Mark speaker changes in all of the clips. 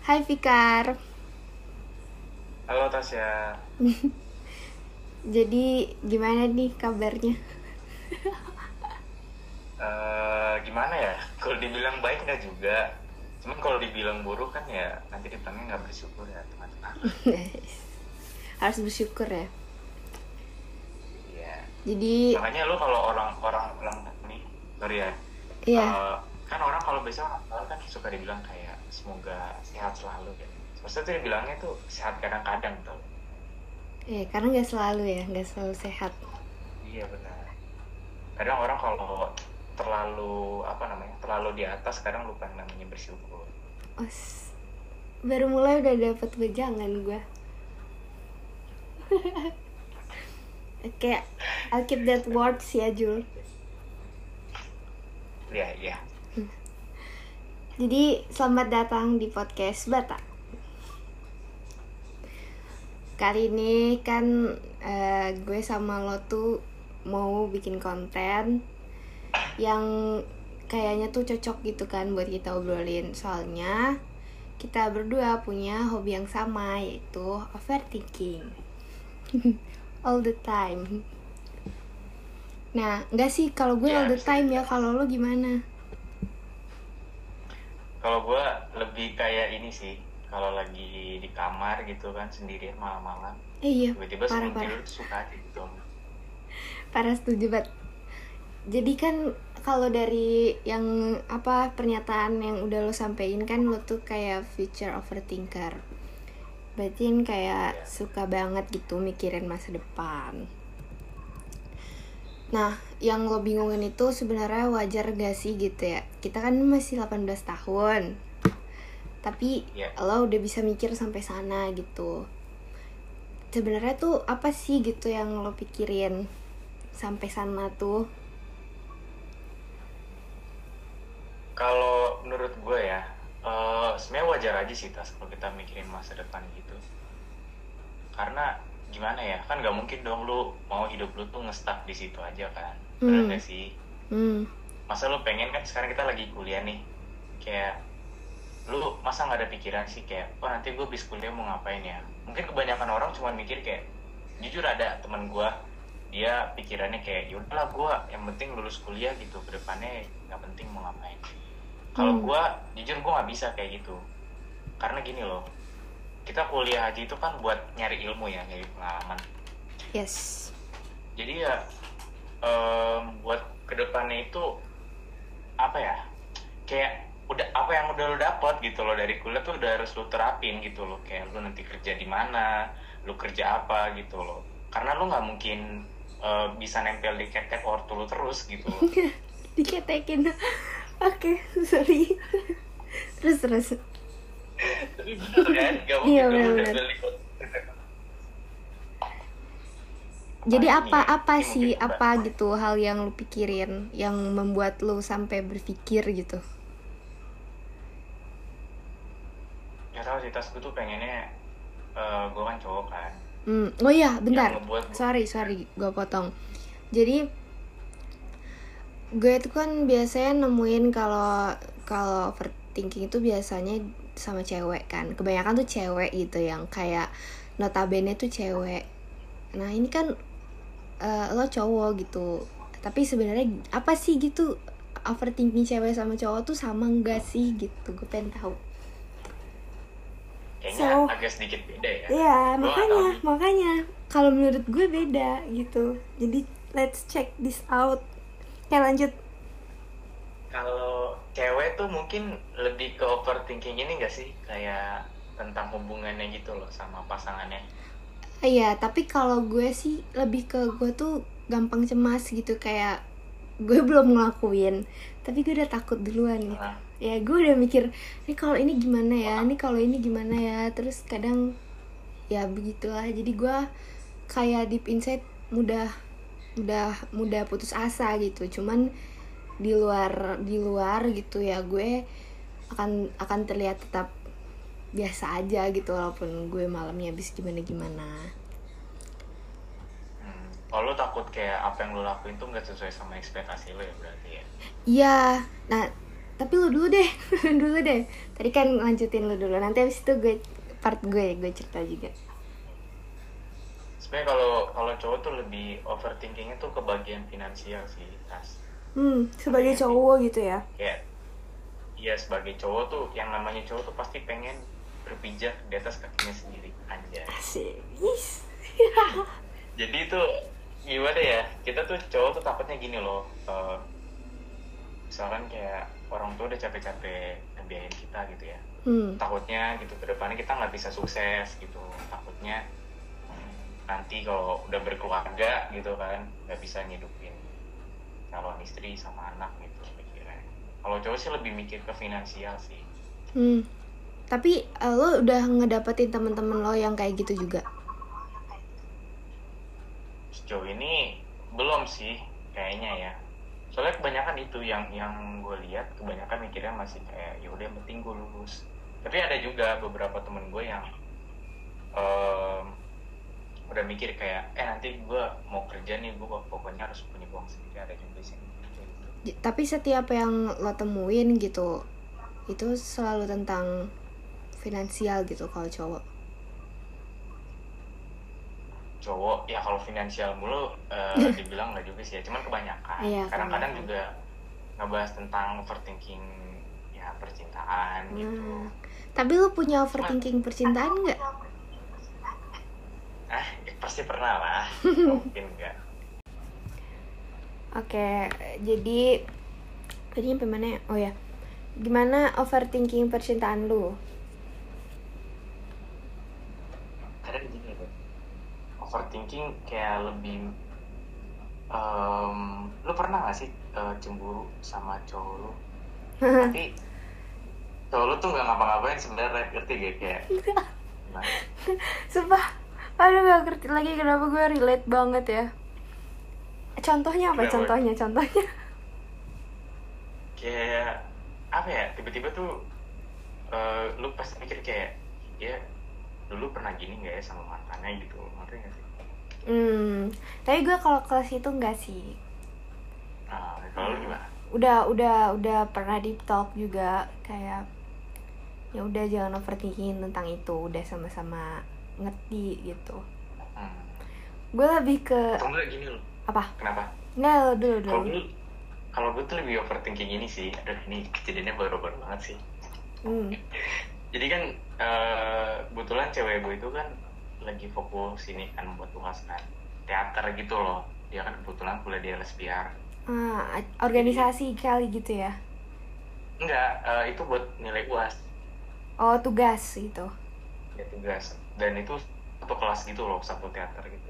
Speaker 1: Hai Fikar.
Speaker 2: Halo Tasya.
Speaker 1: Jadi gimana nih kabarnya?
Speaker 2: Gimana ya? Kalau dibilang baik nggak juga. Cuman kalau dibilang buruk kan ya nanti dibilangnya nggak bersyukur ya teman-teman.
Speaker 1: Harus bersyukur ya.
Speaker 2: Iya.
Speaker 1: Jadi
Speaker 2: Makanya lo kalau orang-orang ulang tahun nih, sorry ya.
Speaker 1: iya,
Speaker 2: eh, Kan orang kalau biasanya orang tahun kan suka dibilang kayak semoga sehat selalu ya. Maksudnya tuh dibilangnya tuh sehat kadang-kadang tuh.
Speaker 1: karena nggak selalu ya, nggak selalu sehat.
Speaker 2: Iya benar. Kadang orang kalau terlalu apa namanya terlalu di atas kadang lupa yang namanya bersyukur.
Speaker 1: Os, baru mulai udah dapet wejangan gue. Oke, I'll keep that words ya Jul.
Speaker 2: Iya iya.
Speaker 1: Jadi selamat datang di podcast Bata. Kali ini kan gue sama lo tuh mau bikin konten yang kayaknya tuh cocok gitu kan buat kita obrolin. Soalnya kita berdua punya hobi yang sama, yaitu overthinking. All the time. Nah, enggak sih kalau gue all the time ya, kalau lo gimana?
Speaker 2: Kalau gue lebih kayak ini sih, kalau lagi di kamar gitu kan sendirian malam-malam,
Speaker 1: Iya,
Speaker 2: tiba-tiba sebelum
Speaker 1: parah.
Speaker 2: tidur suka aja gitu.
Speaker 1: Parah, setuju banget. Jadi kan kalau dari yang pernyataan yang udah lo sampein kan, lo tuh kayak future overthinker. Berarti kan kayak suka banget gitu mikirin masa depan. Nah, yang lo bingungin itu sebenarnya wajar gak sih gitu ya? Kita kan masih 18 tahun. Tapi lo udah bisa mikir sampai sana gitu. Sebenarnya tuh apa sih gitu yang lo pikirin sampai sana tuh?
Speaker 2: Kalau menurut gue ya, sebenarnya wajar aja sih Tas kalau kita mikirin masa depan gitu. Karena gimana ya, kan nggak mungkin dong lu mau hidup lu tuh nge-stuck di situ aja kan, bener nggak sih? Masa lu pengen kan sekarang kita lagi kuliah nih, kayak lu masa nggak ada pikiran sih kayak, oh nanti gue habis kuliah mau ngapain ya? Mungkin kebanyakan orang cuma mikir kayak, jujur ada teman gue, dia pikirannya kayak, yaudahlah gue yang penting lulus kuliah gitu, kedepannya nggak penting mau ngapain. Kalau gue, jujur gue nggak bisa kayak gitu, karena gini loh, kita kuliah aja itu kan buat nyari ilmu ya, nyari pengalaman.
Speaker 1: Yes.
Speaker 2: Jadi ya buat kedepannya itu apa ya, kayak udah apa yang udah lo dapet gitu loh dari kuliah tuh udah harus lo terapin gitu loh, kayak lo nanti kerja di mana, lo kerja apa gitu loh, karena lo nggak mungkin bisa nempel di ketek ortu lo terus gitu loh.
Speaker 1: Diketekin. Oke, sorry. terus
Speaker 2: Tapi bener kan, nggak mungkin
Speaker 1: Iya,
Speaker 2: lo udah
Speaker 1: bener.
Speaker 2: beli.
Speaker 1: Jadi
Speaker 2: Apalagi nih ya,
Speaker 1: apa
Speaker 2: ini
Speaker 1: sih
Speaker 2: mungkin
Speaker 1: apa gitu hal yang lu pikirin yang membuat lu sampai berpikir gitu?
Speaker 2: nggak tahu sih Tas, gue tuh pengennya gue kan cowok kan.
Speaker 1: Oh iya, bentar.
Speaker 2: Yang ngebuat
Speaker 1: Sorry, gue potong. Jadi gue tuh kan biasanya nemuin kalau overthinking itu biasanya sama cewek kan. Kebanyakan tuh cewek gitu yang kayak notabene tuh cewek. Nah ini kan lo cowok gitu. Tapi sebenarnya apa sih gitu overthinking cewek sama cowok tuh sama enggak sih gitu? Gue pengen tahu.
Speaker 2: kayaknya agak sedikit beda ya.
Speaker 1: Iya,
Speaker 2: Gua
Speaker 1: makanya kalau menurut gue beda gitu. Jadi let's check this out. Lanjut.
Speaker 2: Kalau cewek tuh mungkin lebih ke overthinking ini gak sih? Kayak tentang hubungannya gitu loh sama pasangannya.
Speaker 1: Iya, tapi kalau gue sih lebih ke gue tuh gampang cemas gitu, kayak gue belum ngelakuin tapi gue udah takut duluan gitu. Ya gue udah mikir, ini kalau ini gimana ya, ini kalau ini gimana ya, terus kadang ya begitulah. Jadi gue kayak deep inside mudah putus asa gitu. Cuman di luar gitu ya gue akan terlihat tetap biasa aja gitu, walaupun gue malamnya habis gimana.
Speaker 2: Oh, lo takut kayak apa yang lo lakuin tuh nggak sesuai sama ekspektasi lo ya berarti ya?
Speaker 1: Iya. Nah, tapi lu dulu deh. Dulu deh, tadi kan lanjutin lu dulu, nanti abis itu gue cerita juga.
Speaker 2: Sebenarnya kalau cowok tuh lebih overthinkingnya tuh ke bagian finansial sih, Tas.
Speaker 1: Sebagai cowok gitu ya.
Speaker 2: Kayak ya sebagai cowok tuh, yang namanya cowok tuh pasti pengen berpijak di atas kakinya sendiri, anjay.
Speaker 1: Asik.
Speaker 2: Jadi itu gimana ya, kita tuh cowok tuh takutnya gini loh, misalkan kayak orang tua udah capek-capek ngebiayain kita gitu ya, takutnya gitu ke depannya kita nggak bisa sukses gitu, takutnya nanti kalau udah berkeluarga gitu kan nggak bisa ngidupin calon istri sama anak gitu mikirnya. Kalau cowok sih lebih mikir ke finansial sih.
Speaker 1: Tapi lo udah ngedapetin teman-teman lo yang kayak gitu juga?
Speaker 2: Sejauh ini belum sih kayaknya ya. Soalnya kebanyakan itu yang gue lihat, kebanyakan mikirnya masih kayak ya udah yang penting gue lulus. Tapi ada juga beberapa temen gue yang udah mikir kayak nanti gue mau kerja nih, gue pokoknya harus punya uang sendiri. Ada juga sih gitu.
Speaker 1: Tapi setiap yang lo temuin gitu itu selalu tentang finansial gitu kalau cowok
Speaker 2: ya kalau finansial mulu dibilang nggak juga sih ya, cuman kebanyakan. Kadang-kadang juga ngebahas tentang overthinking ya percintaan gitu.
Speaker 1: Tapi lo punya overthinking percintaan nggak?
Speaker 2: Pasti pernah lah. Mungkin enggak.
Speaker 1: Oke, jadi tadi sampai mana ya? Oh ya, gimana overthinking percintaan lu?
Speaker 2: Kadang gini loh, overthinking kayak lebih lu pernah gak sih cemburu sama cowok lu tapi cowok lu tuh gak ngapa-ngapain sebenarnya, ngerti gak kayak gimana?
Speaker 1: Sumpah, aduh gak ngerti lagi kenapa gue relate banget ya. Contohnya apa? Contohnya
Speaker 2: kayak apa ya, tiba-tiba tuh lu pasti mikir kayak ya dulu pernah gini gak ya sama mantannya gitu, ngerti gak sih?
Speaker 1: Tapi gue kalau kelas itu enggak sih.
Speaker 2: Kalau lu gimana?
Speaker 1: Udah pernah deep talk juga, kayak ya udah jangan overthinking tentang itu, udah sama-sama ngerti gitu. Gue lebih ke
Speaker 2: atau enggak gini loh.
Speaker 1: Apa?
Speaker 2: Kenapa?
Speaker 1: Nggak, dulu.
Speaker 2: Kalau gue tuh lebih overthinking ini sih. Aduh, ini kejadiannya baru-baru banget sih. Jadi kan kebetulan cewek gue itu kan lagi fokus ini kan buat UAS kan, teater gitu loh. Dia kan kebetulan kuliah di LSPR.
Speaker 1: Organisasi kali gitu ya?
Speaker 2: Enggak, itu buat nilai UAS.
Speaker 1: Oh, tugas gitu.
Speaker 2: Ya tugas. Dan itu satu kelas gitu loh, satu teater gitu.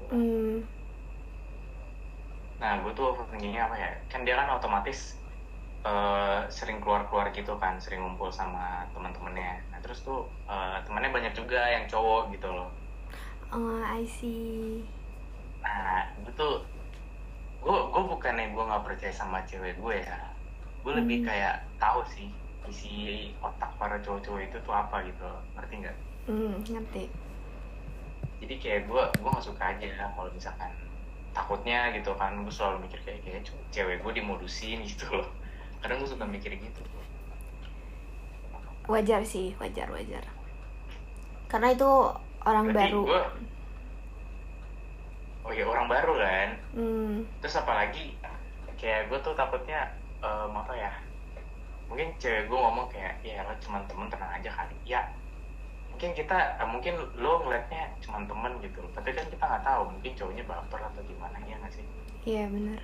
Speaker 2: Nah, gue tuh overthinkingnya apa ya? Kan dia kan otomatis sering keluar gitu kan, sering ngumpul sama teman-temannya. Nah, terus tuh temannya banyak juga yang cowok gitu loh.
Speaker 1: Oh, I see.
Speaker 2: Nah, itu gue bukannya gue nggak percaya sama cewek gue ya. Gue lebih kayak tahu sih isi otak para cowok-cowok itu tuh apa gitu, ngerti nggak?
Speaker 1: Ngerti.
Speaker 2: Jadi kayak gue nggak suka aja kalau misalkan takutnya gitu kan, gue selalu mikir kayak cewek gue dimodusin gitu loh. Kadang gue suka mikir gitu.
Speaker 1: Wajar sih, wajar. Karena itu orang
Speaker 2: berarti
Speaker 1: baru.
Speaker 2: Oh ya, orang baru kan. Terus apalagi kayak gue tuh takutnya apa ya? Mungkin cewek gue ngomong kayak ya lo cuma temen, tenang aja kali. Ya mungkin lo ngeliatnya cuma temen gitu, tapi kan kita nggak tahu, mungkin cowoknya baper atau gimana, ya nggak sih?
Speaker 1: Iya benar.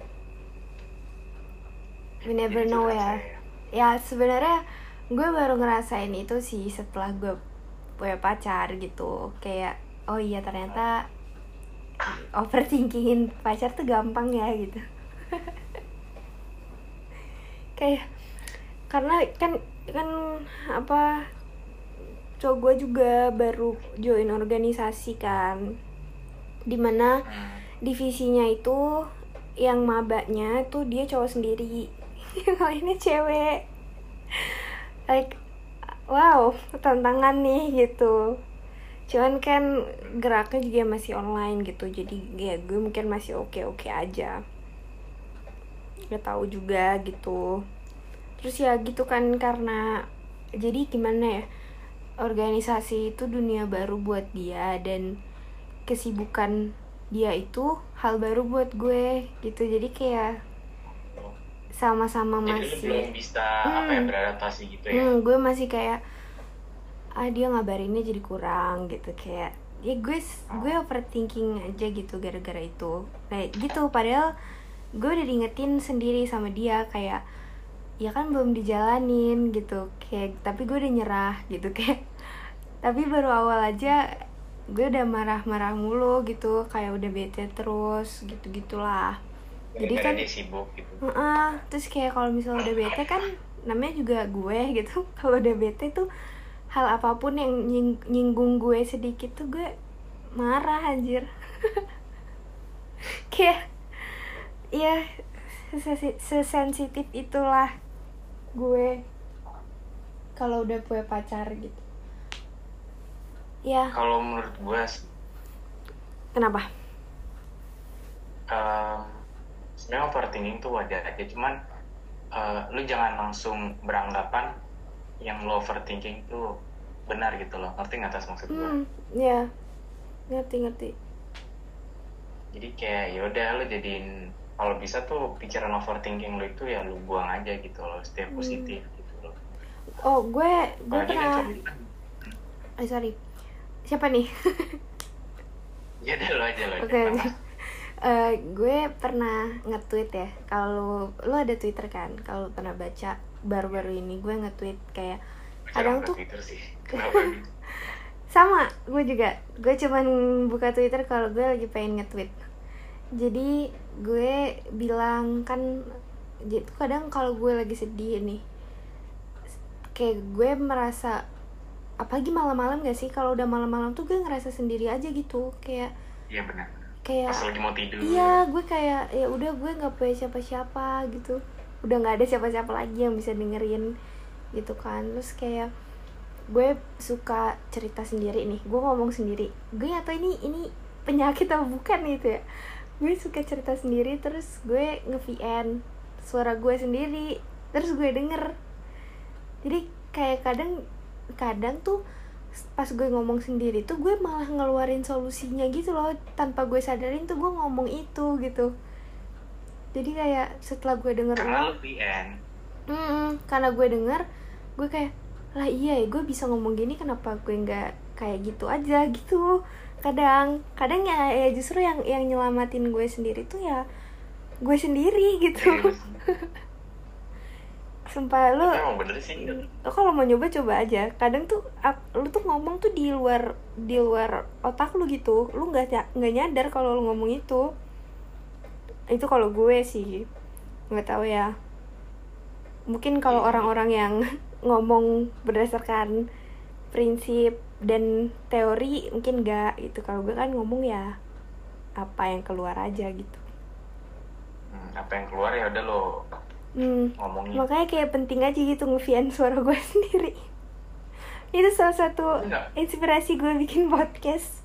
Speaker 1: We never know ya. Ya sebenarnya gue baru ngerasain itu sih setelah gue punya pacar gitu. Kayak oh iya ternyata overthinkingin pacar tuh gampang ya gitu. Kayak karena kan apa, cowok gue juga baru join organisasi kan, dimana divisinya itu yang mabanya tuh dia cowok sendiri, yang lainnya cewek. Like wow, tantangan nih gitu. Cuman kan geraknya juga masih online gitu, jadi ya gue mungkin masih oke aja. Gak tahu juga gitu. Terus ya gitu kan, karena jadi gimana ya, organisasi itu dunia baru buat dia, dan kesibukan dia itu hal baru buat gue gitu. Jadi kayak sama-sama
Speaker 2: Jadi lu
Speaker 1: masih
Speaker 2: belum bisa apa ya, beradaptasi gitu ya.
Speaker 1: gue masih kayak dia ngabarinnya jadi kurang gitu, kayak ya gue overthinking aja gitu gara-gara itu kayak gitu. Padahal gue udah diingetin sendiri sama dia kayak ya kan belum dijalanin gitu, kayak tapi gue udah nyerah gitu kayak. Tapi baru awal aja gue udah marah-marah mulu gitu, kayak udah bete terus gitu-gitulah. Jadi kan
Speaker 2: dia sibuk gitu.
Speaker 1: Terus kayak kalau misalnya udah bete kan namanya juga gue gitu. Kalau udah bete tuh hal apapun yang nyinggung gue sedikit tuh gue marah anjir. Kayak ya sesensitif itulah gue kalau udah punya pacar gitu ya.
Speaker 2: Kalau menurut gue
Speaker 1: Kenapa?
Speaker 2: sebenarnya overthinking tuh wajar aja, cuman lu jangan langsung beranggapan yang lo overthinking tuh benar gitu loh. Ngerti nggak atas maksud gue?
Speaker 1: Ya ngerti.
Speaker 2: Jadi kayak yaudah lo jadiin, kalau bisa tuh pikiran overthinking lo itu ya lo buang aja gitu loh, setiap positif gitu loh.
Speaker 1: Oh gue
Speaker 2: pernah
Speaker 1: sorry, siapa nih?
Speaker 2: Ya udah lo aja.
Speaker 1: Oke. Gue pernah nge-tweet ya, kalau lo ada Twitter kan, kalau pernah baca baru-baru ini gue nge-tweet kayak kadang tuh
Speaker 2: Twitter sih. Kenapa gitu?
Speaker 1: Sama, gue juga. Gue cuman buka Twitter kalau gue lagi pengen nge-tweet. Jadi gue bilang kan, gitu kadang kalau gue lagi sedih nih, kayak gue merasa, apalagi malam-malam gak sih, kalau udah malam-malam tuh gue ngerasa sendiri aja gitu, kayak
Speaker 2: iya benar.
Speaker 1: Kayak
Speaker 2: pas lagi mau tidur.
Speaker 1: Iya, gue kayak ya udah gue nggak punya siapa-siapa gitu, udah nggak ada siapa-siapa lagi yang bisa dengerin gitu kan. Terus kayak gue suka cerita sendiri nih, gue ngomong sendiri, gue nggak tahu ini penyakit apa bukan gitu ya. Gue suka cerita sendiri, terus gue nge-VN suara gue sendiri, terus gue denger. Jadi kayak kadang tuh pas gue ngomong sendiri tuh gue malah ngeluarin solusinya gitu loh, tanpa gue sadarin tuh gue ngomong itu gitu. Jadi kayak setelah gue denger
Speaker 2: karena lu VN.
Speaker 1: Karena gue denger, gue kayak lah iya ya, gue bisa ngomong gini, kenapa gue nggak kayak gitu aja gitu. Kadang ya justru yang nyelamatin gue sendiri tuh ya gue sendiri gitu. Sumpah lu
Speaker 2: bener sih.
Speaker 1: Kalau mau nyoba coba aja. Kadang tuh lu tuh ngomong tuh di luar otak lu gitu. Lu nggak nyadar kalau lu ngomong itu. Itu kalau gue sih, nggak tahu ya. Mungkin kalau orang-orang yang ngomong berdasarkan prinsip dan teori mungkin nggak gitu. Kalau gue kan ngomong ya apa yang keluar aja gitu.
Speaker 2: Apa yang keluar ya udah lo ngomongin.
Speaker 1: Makanya kayak penting aja gitu nge-VN suara gue sendiri. Itu salah satu inspirasi gue bikin podcast.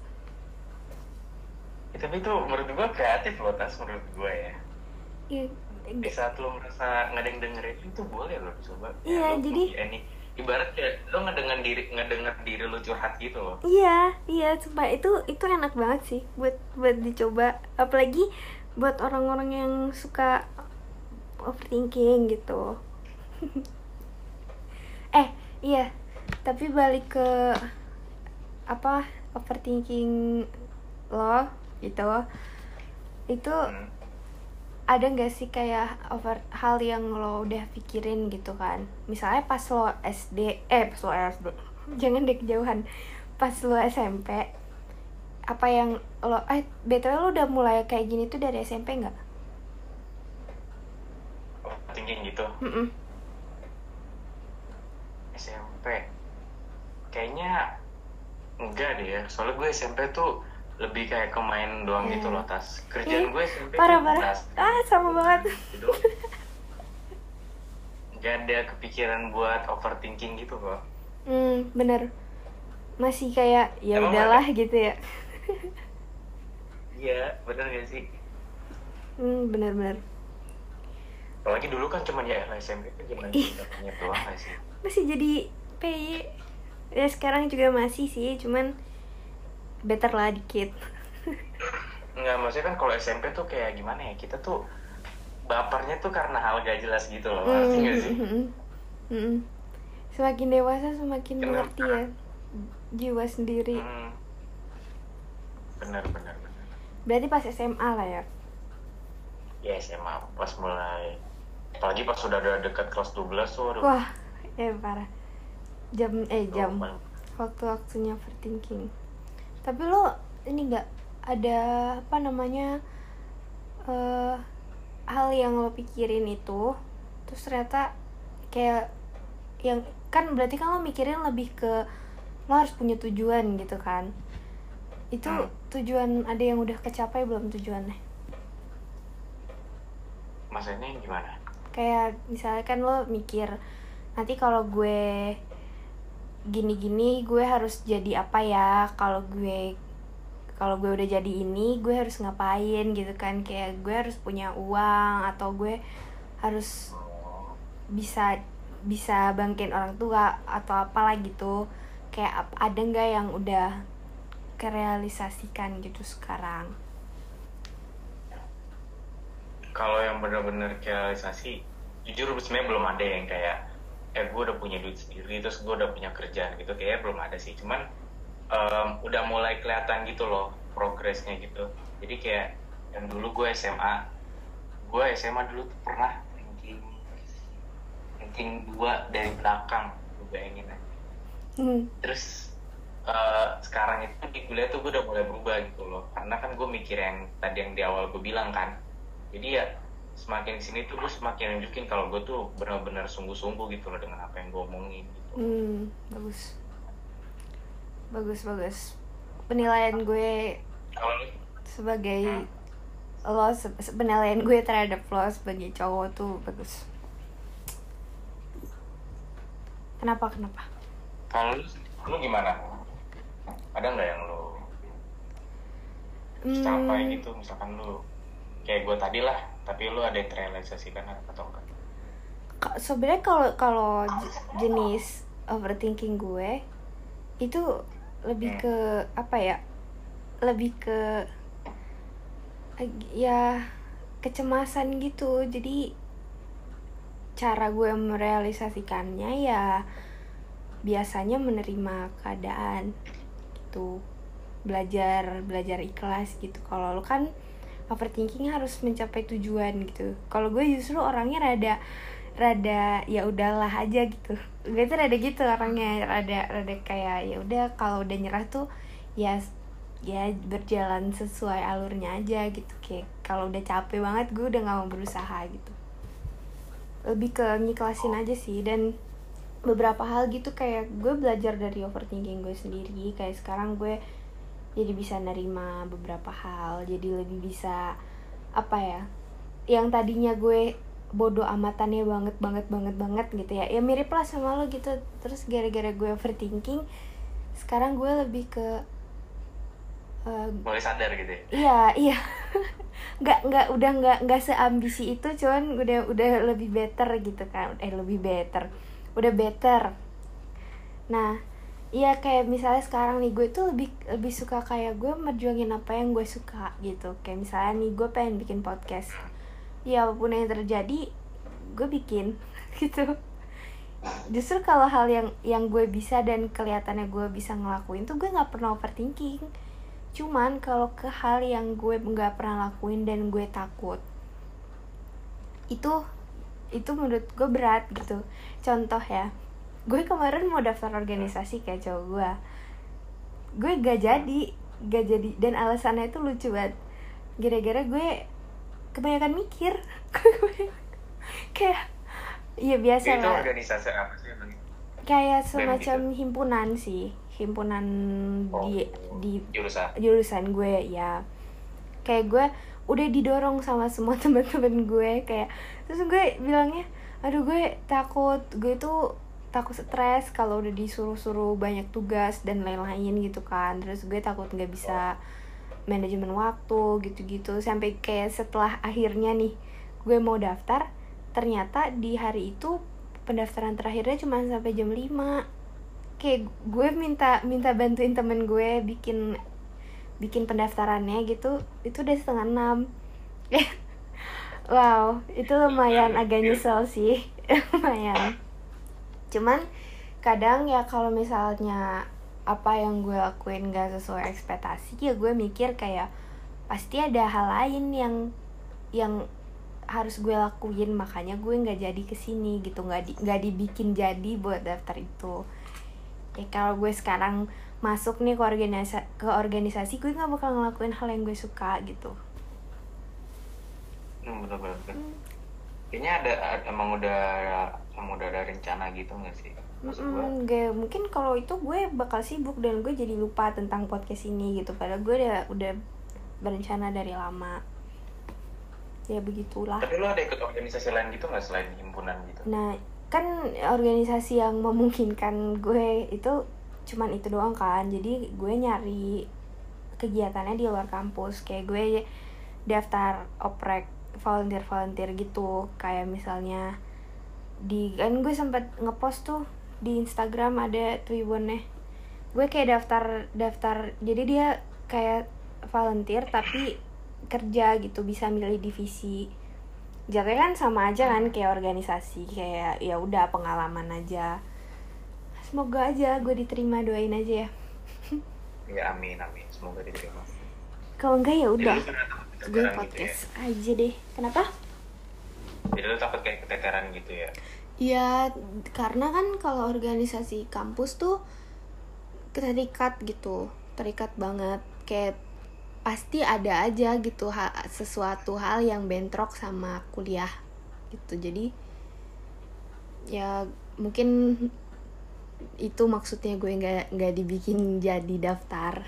Speaker 2: Tapi itu menurut gue kreatif loh, Tas, menurut gue ya.
Speaker 1: Iya.
Speaker 2: Di saat lo merasa nggak ada yang dengerin itu boleh lo coba.
Speaker 1: Iya, jadi
Speaker 2: ibarat kayak lo ngedenger diri lo curhat gitu loh.
Speaker 1: Iya, sumpah itu enak banget sih buat dicoba, apalagi buat orang-orang yang suka overthinking gitu. Iya, tapi balik ke apa overthinking lo gitu, itu ada nggak sih kayak hal yang lo udah pikirin gitu kan, misalnya pas lo SD jangan deh kejauhan, pas lo SMP, apa yang lo BTW lo udah mulai kayak gini tuh dari SMP nggak?
Speaker 2: Thinking gitu. SMP kayaknya enggak deh ya, soalnya gue SMP tuh lebih kayak ke main doang gitu loh, Tas. Kerjaan gue SMP
Speaker 1: parah. Sama banget
Speaker 2: gitu. Gak ada kepikiran buat overthinking gitu kok.
Speaker 1: Bener, masih kayak ya udahlah gitu ya.
Speaker 2: Iya, bener gak sih?
Speaker 1: Bener.
Speaker 2: Apalagi dulu kan cuma ya SMP kan zaman kita punya doang gak sih?
Speaker 1: Masih jadi PY. Ya sekarang juga masih sih, cuman better lah dikit.
Speaker 2: Enggak, maksudnya kan kalau SMP tuh kayak gimana ya, kita tuh bapernya tuh karena hal gak jelas gitu loh, ngerti gak sih?
Speaker 1: Semakin dewasa semakin
Speaker 2: Kenapa?
Speaker 1: mengerti ya jiwa sendiri.
Speaker 2: Bener.
Speaker 1: Berarti pas SMA lah ya.
Speaker 2: Ya SMA pas mulai, apalagi pas sudah ada dekat kelas 12 tuh aduh.
Speaker 1: Wah, parah. Jam
Speaker 2: Oh,
Speaker 1: waktu-waktunya overthinking. Tapi lo ini nggak ada apa namanya hal yang lo pikirin itu terus ternyata kayak yang kan berarti kan lo mikirin lebih ke lo harus punya tujuan gitu kan. Itu tujuan ada yang udah kecapai belum tujuannya?
Speaker 2: maksudnya gimana?
Speaker 1: Kayak misalnya kan lo mikir nanti kalau gue gini-gini gue harus jadi apa ya, kalau gue udah jadi ini gue harus ngapain gitu kan, kayak gue harus punya uang atau gue harus bisa bangkitin orang tua atau apalah gitu. Kayak ada nggak yang udah kerealisasikan gitu sekarang?
Speaker 2: Kalau yang benar-benar realisasi, jujur sebenarnya belum ada yang kayak gue udah punya duit sendiri terus gue udah punya kerjaan gitu, kayaknya belum ada sih. Cuman udah mulai kelihatan gitu loh progresnya gitu. Jadi kayak yang dulu gue SMA dulu tuh pernah ranking 2 dari belakang, gue bayangin aja. Terus sekarang itu di kuliah tuh gue udah mulai berubah gitu loh, karena kan gue mikir yang tadi yang di awal gue bilang kan. Jadi ya semakin sini tuh gue semakin nunjukin kalau gue tuh benar-benar sungguh-sungguh gitu loh dengan apa yang gue omongin gitu.
Speaker 1: Bagus. Penilaian gue sebagai lo, penilaian gue terhadap lo sebagai cowok tuh bagus. Kenapa?
Speaker 2: Kalau lu gimana? Ada nggak yang lu capai gitu, misalkan lu kayak gue tadi lah, tapi lu ada yang terrealisasikan atau enggak?
Speaker 1: Sebenarnya kalau jenis overthinking gue itu lebih ke apa ya? Lebih ke ya kecemasan gitu. Jadi cara gue merealisasikannya ya biasanya menerima keadaan gitu, belajar ikhlas gitu. Kalau lo kan overthinking harus mencapai tujuan gitu. Kalau gue justru orangnya rada ya udahlah aja gitu. Gue tuh rada gitu orangnya, rada kayak ya udah kalau udah nyerah tuh ya berjalan sesuai alurnya aja gitu. Kayak kalau udah capek banget gue udah nggak mau berusaha gitu. Lebih ke ngiklasin aja sih. Dan beberapa hal gitu kayak gue belajar dari overthinking gue sendiri. Kayak sekarang gue jadi bisa nerima beberapa hal, jadi lebih bisa apa ya, yang tadinya gue bodoh amatannya banget gitu ya mirip lah sama lo gitu. Terus gara-gara gue overthinking sekarang gue lebih ke
Speaker 2: mulai sadar gitu ya.
Speaker 1: Iya nggak seambisi itu, cuman udah lebih better gitu kan. Udah better. Nah iya kayak misalnya sekarang nih gue tuh lebih suka kayak gue merjuangin apa yang gue suka gitu. Kayak misalnya nih gue pengen bikin podcast, ya apapun yang terjadi gue bikin gitu. Justru kalau hal yang gue bisa dan kelihatannya gue bisa ngelakuin tuh gue nggak pernah overthinking. Cuman kalau ke hal yang gue nggak pernah lakuin dan gue takut, itu menurut gue berat gitu. Contoh ya, gue kemarin mau daftar organisasi kayak cowok gue gak jadi dan alasannya itu lucu banget. Gara-gara gue kebanyakan mikir. Kayak ya biasa
Speaker 2: itu
Speaker 1: lah.
Speaker 2: organisasi apa sih emang?
Speaker 1: Kayak semacam himpunan di jurusan gue ya. Kayak gue udah didorong sama semua teman-teman gue kayak, terus gue bilangnya aduh gue takut stres kalau udah disuruh banyak tugas dan lain-lain gitu kan. Terus gue takut nggak bisa manajemen waktu gitu-gitu. Sampai kayak setelah akhirnya nih gue mau daftar, ternyata di hari itu pendaftaran terakhirnya cuma sampai jam 5. Kayak gue minta bantuin temen gue bikin pendaftarannya gitu, itu udah 5:30. Wow, itu lumayan agak nyesel sih. Lumayan. Cuman kadang ya kalau misalnya apa yang gue lakuin gak sesuai ekspektasi, ya gue mikir kayak pasti ada hal lain yang harus gue lakuin, makanya gue nggak jadi kesini gitu, nggak dibikin jadi buat daftar itu. Ya kalau gue sekarang masuk nih ke organisasi, gue nggak bakal ngelakuin hal yang gue suka gitu.
Speaker 2: Betul. Kayaknya emang udah ada rencana gitu nggak sih? Maksud gue
Speaker 1: mungkin kalau itu gue bakal sibuk dan gue jadi lupa tentang podcast ini gitu, padahal gue udah berencana dari lama. Ya begitulah.
Speaker 2: Tapi lo ada ikut organisasi lain gitu nggak selain himpunan gitu?
Speaker 1: Nah kan organisasi yang memungkinkan gue itu cuman itu doang kan, jadi gue nyari kegiatannya di luar kampus. Kayak gue daftar oprek volunteer gitu, kayak misalnya kan gue sempat ngepost tuh di Instagram, ada Twibbonnya, gue kayak daftar jadi dia kayak volunteer tapi kerja gitu, bisa milih divisi. Jatuhnya kan sama aja kan kayak organisasi, kayak ya udah pengalaman aja. Semoga aja gue diterima, doain aja ya.
Speaker 2: Ya amin, semoga diterima.
Speaker 1: Kalau enggak ya udah gue podcast gitu ya? Aja deh. Kenapa?
Speaker 2: Jadi lo takut kayak keteteran gitu ya?
Speaker 1: Ya karena kan kalau organisasi kampus tuh terikat banget, kayak pasti ada aja gitu sesuatu hal yang bentrok sama kuliah gitu. Jadi ya mungkin itu maksudnya gue nggak dibikin jadi daftar.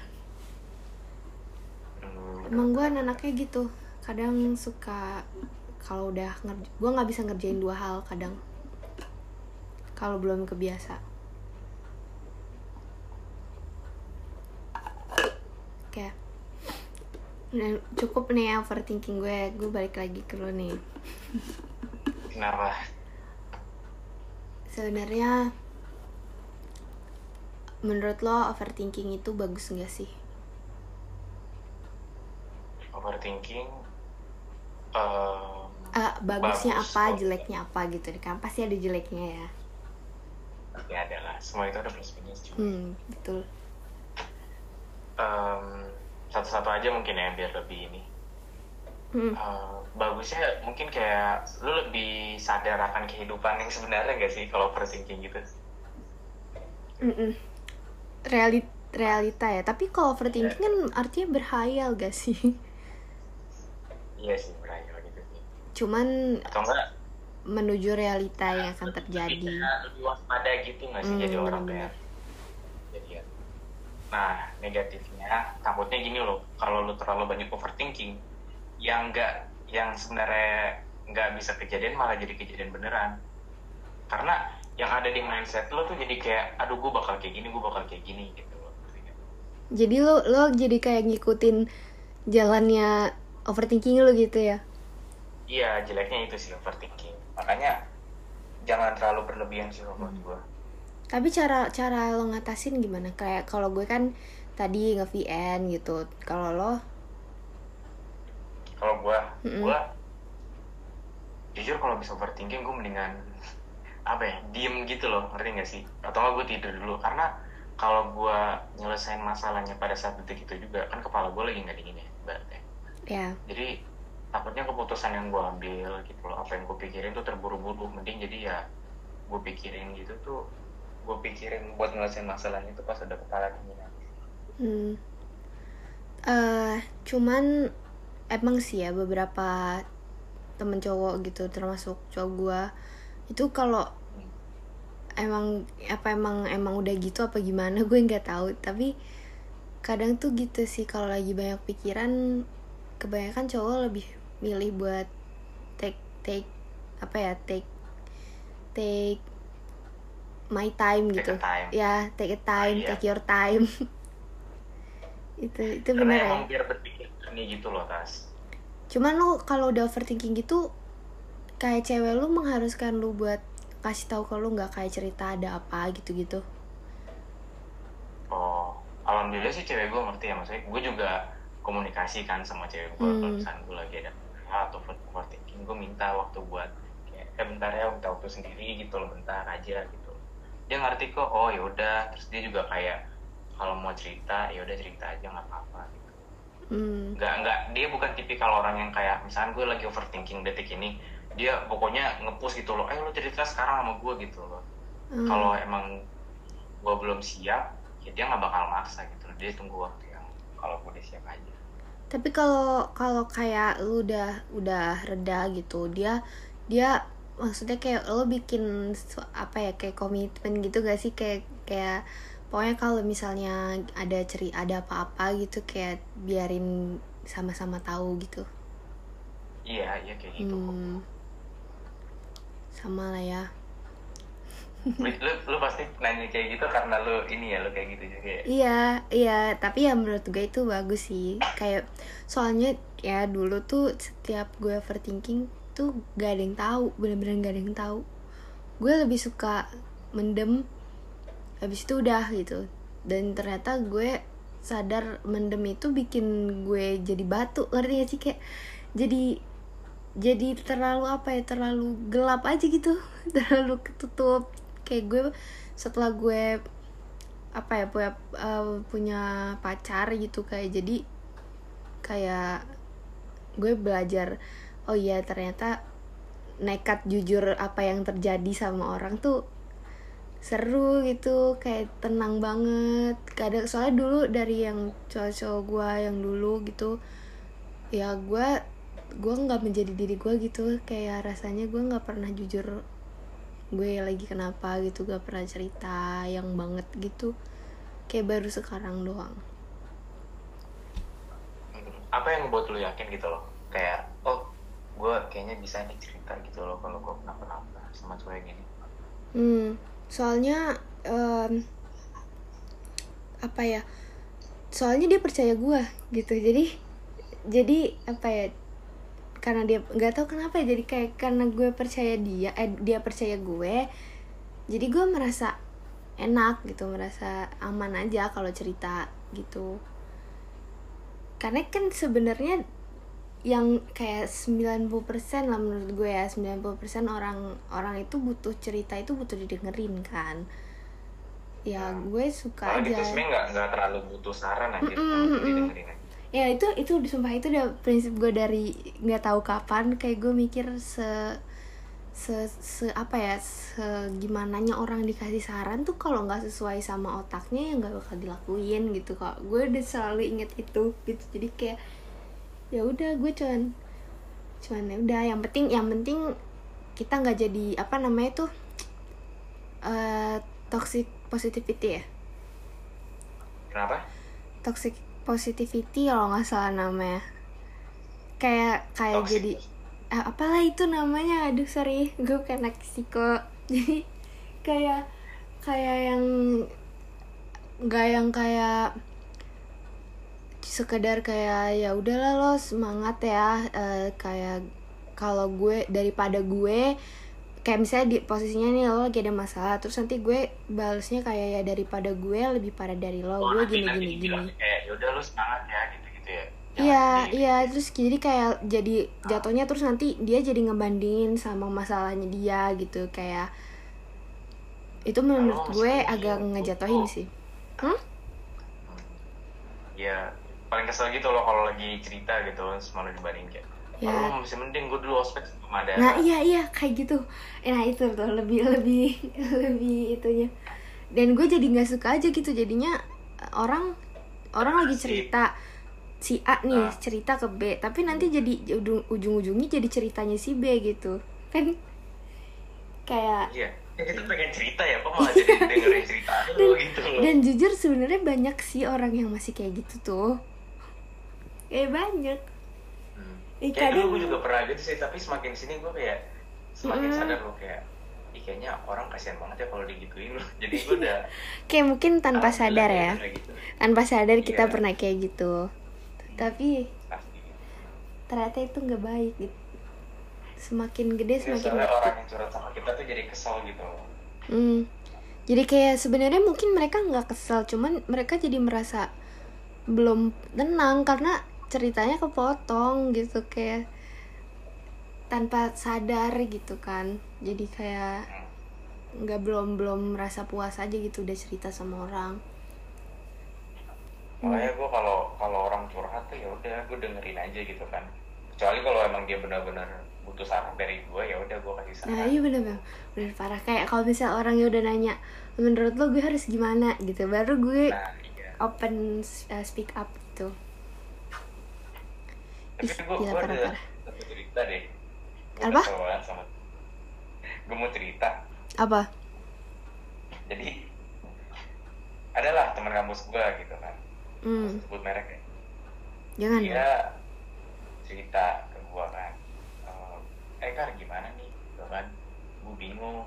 Speaker 1: Emang gue anaknya gitu, kadang suka kalau udah gue nggak bisa ngerjain 2 hal kadang kalau belum kebiasa. Oke. Nah, cukup nih overthinking gue balik lagi ke lo nih.
Speaker 2: Kenapa?
Speaker 1: Sebenarnya menurut lo overthinking itu bagus nggak sih?
Speaker 2: Overthinking
Speaker 1: bagusnya
Speaker 2: bagus,
Speaker 1: apa, jeleknya apa gitu kan, pasti ada jeleknya ya.
Speaker 2: Pasti ada lah, semua itu ada plus minus juga.
Speaker 1: Betul.
Speaker 2: Satu-satu aja mungkin ya biar lebih ini. Bagusnya mungkin kayak lu lebih sadar akan kehidupan yang sebenarnya nggak sih kalau overthinking gitu?
Speaker 1: Realita ya, tapi kalau overthinking kan artinya berhayal gak sih?
Speaker 2: Iya sih, berhayal gitu sih.
Speaker 1: Cuman
Speaker 2: atau enggak
Speaker 1: menuju realita yang akan terjadi.
Speaker 2: Lebih waspada gitu nggak sih jadi orang kayak jadi ya. Nah negatifnya takutnya gini loh, kalau lu terlalu banyak overthinking yang sebenarnya nggak bisa kejadian malah jadi kejadian beneran, karena yang ada di mindset lo tuh jadi kayak aduh gue bakal kayak gini gitu loh.
Speaker 1: Jadi lo jadi kayak ngikutin jalannya overthinking lo gitu ya?
Speaker 2: Iya, jeleknya itu sih overthinking, makanya jangan terlalu berlebihan sih menurut gue. Tapi
Speaker 1: cara lo ngatasin gimana? Kayak kalau gue kan tadi nge-VN gitu, kalau lo?
Speaker 2: Kalau gue jujur kalau bisa overthinking gue mendingan diem gitu loh, ngerti nggak sih? Atau nggak gue tidur dulu, karena kalau gue nyelesain masalahnya pada saat detik itu juga kan kepala gue lagi nggak dingin ya, berarti.
Speaker 1: Yeah.
Speaker 2: Jadi takutnya keputusan yang gue ambil gitu loh, apa yang gue pikirin tuh terburu-buru, mending jadi ya gue pikirin gitu tuh, gue pikirin buat nyelesain masalahnya itu pas ada kepala dingin.
Speaker 1: Cuman emang sih ya beberapa temen cowok gitu, termasuk cowok gue itu kalau emang udah gitu apa gimana gue nggak tahu, tapi kadang tuh gitu sih, kalau lagi banyak pikiran kebanyakan cowok lebih milih buat take my time gitu ya, take a time, take your time. itu benar ya,
Speaker 2: biar berpikir ini gitu loh Tas.
Speaker 1: Cuman lo kalau udah overthinking gitu kayak cewek lu mengharuskan lu buat kasih tahu ke lu nggak, kayak cerita ada apa gitu-gitu?
Speaker 2: Oh, alhamdulillah sih cewek gue ngerti ya, maksudnya gue juga komunikasi kan sama cewek gue. Kalau misalnya gue lagi ada atau overthinking, gue minta waktu buat kayak bentar ya, minta waktu sendiri gitu loh, bentar aja gitu. Dia ngerti kok, oh ya udah. Terus dia juga kayak kalau mau cerita ya udah cerita aja, nggak apa-apa gitu. Nggak, dia bukan tipikal orang yang kayak misalnya gue lagi overthinking detik ini, dia pokoknya nge-push gitu loh, lo cerita sekarang sama gue gitu loh. Kalau emang gue belum siap, ya dia nggak bakal maksa gitu loh. Dia tunggu waktu yang kalau gue udah siap aja.
Speaker 1: Tapi kalau kayak lu udah reda gitu, dia maksudnya kayak lo bikin apa ya, kayak komitmen gitu gak sih, kayak pokoknya kalau misalnya ada apa-apa gitu, kayak biarin sama-sama tahu gitu.
Speaker 2: Iya kayak gitu.
Speaker 1: Sama lah ya.
Speaker 2: lu pasti nanya kayak gitu karena lu ini ya, lu kayak gitu juga
Speaker 1: ya. Iya, tapi ya menurut gue itu bagus sih. Kayak soalnya ya dulu tuh setiap gue overthinking tuh gak ada yang tahu, bener-bener gak ada yang tahu. Gue lebih suka mendem, habis itu udah gitu. Dan ternyata gue sadar mendem itu bikin gue jadi batu, ngerti gak sih? Kayak jadi terlalu apa ya, terlalu gelap aja gitu. Terlalu ketutup. Kayak gue setelah gue apa ya, punya pacar gitu, kayak jadi kayak gue belajar, oh iya ternyata nekat jujur apa yang terjadi sama orang tuh seru gitu, kayak tenang banget. Kadang soalnya dulu dari yang cowok-cowok gue yang dulu gitu ya, gue nggak menjadi diri gue gitu. Kayak rasanya gue nggak pernah jujur gue lagi kenapa gitu, gak pernah cerita yang banget gitu, kayak baru sekarang doang.
Speaker 2: Apa yang buat lu yakin gitu loh, kayak oh gue kayaknya bisa nih cerita gitu loh kalau gue kenapa-napa sama cewek gini?
Speaker 1: Soalnya apa ya, soalnya dia percaya gue gitu. Jadi apa ya, karena dia nggak tahu kenapa ya, jadi kayak karena gue percaya dia percaya gue, jadi gue merasa enak gitu, merasa aman aja kalau cerita gitu. Karena kan sebenarnya yang kayak 90% lah menurut gue ya, 90% orang itu butuh cerita, itu butuh didengerin kan. Ya gue suka aja.
Speaker 2: Itu sebenarnya nggak terlalu butuh saran aja, butuh didengerin aja.
Speaker 1: Ya itu sumpah itu udah prinsip gue dari nggak tahu kapan. Kayak gue mikir apa ya, gimananya orang dikasih saran tuh kalau nggak sesuai sama otaknya ya nggak bakal dilakuin gitu kok. Gue udah selalu inget itu gitu. Jadi kayak ya udah, gue cuman ya udah, yang penting kita nggak jadi apa namanya tuh toxic positivity ya.
Speaker 2: Kenapa?
Speaker 1: Toxic positivity kalau nggak salah namanya. Kayak toxic. Jadi apalah itu namanya, aduh sorry, gue bukan anak psiko. Jadi kayak yang nggak yang kayak sekedar kayak ya udahlah lo semangat ya, kayak kalau gue daripada gue kayak misalnya di posisinya nih lo lagi ada masalah, terus nanti gue balesnya kayak ya daripada gue lebih parah dari lo, gue gini
Speaker 2: kayak ya udah lo semangat ya gitu ya.
Speaker 1: Iya, terus jadi kayak jadi jatuhnya terus nanti dia jadi ngebandingin sama masalahnya dia gitu. Kayak itu menurut gue agak ngejatuhin sih.
Speaker 2: Ya paling kesel gitu loh kalau lagi cerita gitu malah dibandingin kayak ya. Lo masih mending gue dulu ospek sama ada.
Speaker 1: Nah iya kayak gitu. Nah itu tuh lebih itunya. Dan gue jadi nggak suka aja gitu, jadinya orang lagi cerita si A nih cerita ke B, tapi nanti jadi ujung-ujungnya jadi ceritanya si B gitu kan. Kayak
Speaker 2: iya, kita pengen cerita ya, kok malah jadi dengerin cerita lu gitu loh.
Speaker 1: Dan jujur sebenarnya banyak sih orang yang masih kayak gitu tuh, kayak banyak.
Speaker 2: Kayak dulu gue juga pernah gitu sih, tapi semakin sini gue kayak semakin sadar loh, kayak kayaknya orang kasihan banget ya kalau digituin loh. Jadi gue udah
Speaker 1: kayak mungkin tanpa sadar ya gitu. Tanpa sadar kita pernah kayak gitu, tapi ternyata itu nggak baik gitu. Semakin gede
Speaker 2: Ya,
Speaker 1: semakin
Speaker 2: soalnya
Speaker 1: ngerti.
Speaker 2: orang yang curhat sama kita tuh jadi kesel gitu loh.
Speaker 1: Jadi kayak sebenarnya mungkin mereka nggak kesel, cuman mereka jadi merasa belum tenang karena ceritanya kepotong gitu, kayak tanpa sadar gitu kan. Jadi kayak nggak belum merasa puas aja gitu udah cerita sama orang.
Speaker 2: Makanya gue kalau orang curhat tuh ya udah gue dengerin aja gitu kan. Kecuali kalau emang dia benar-benar butuh saran dari gue, ya udah gue kasih saran.
Speaker 1: Nah iya bener parah. Kayak kalau misal orangnya udah nanya, menurut lo gue harus gimana gitu, baru gue
Speaker 2: Nah iya.
Speaker 1: open speak up gitu.
Speaker 2: Tapi gue
Speaker 1: Gila
Speaker 2: ada
Speaker 1: parah.
Speaker 2: satu cerita deh. Gue
Speaker 1: Apa?
Speaker 2: kesel banget sama. Gue mau cerita.
Speaker 1: Apa?
Speaker 2: Jadi adalah teman kampus gue gitu kan. Sebut merek ya.
Speaker 1: Jangan.
Speaker 2: Dia cerita ke gue kan. Kar gimana nih? Gitu kan. Gue bingung.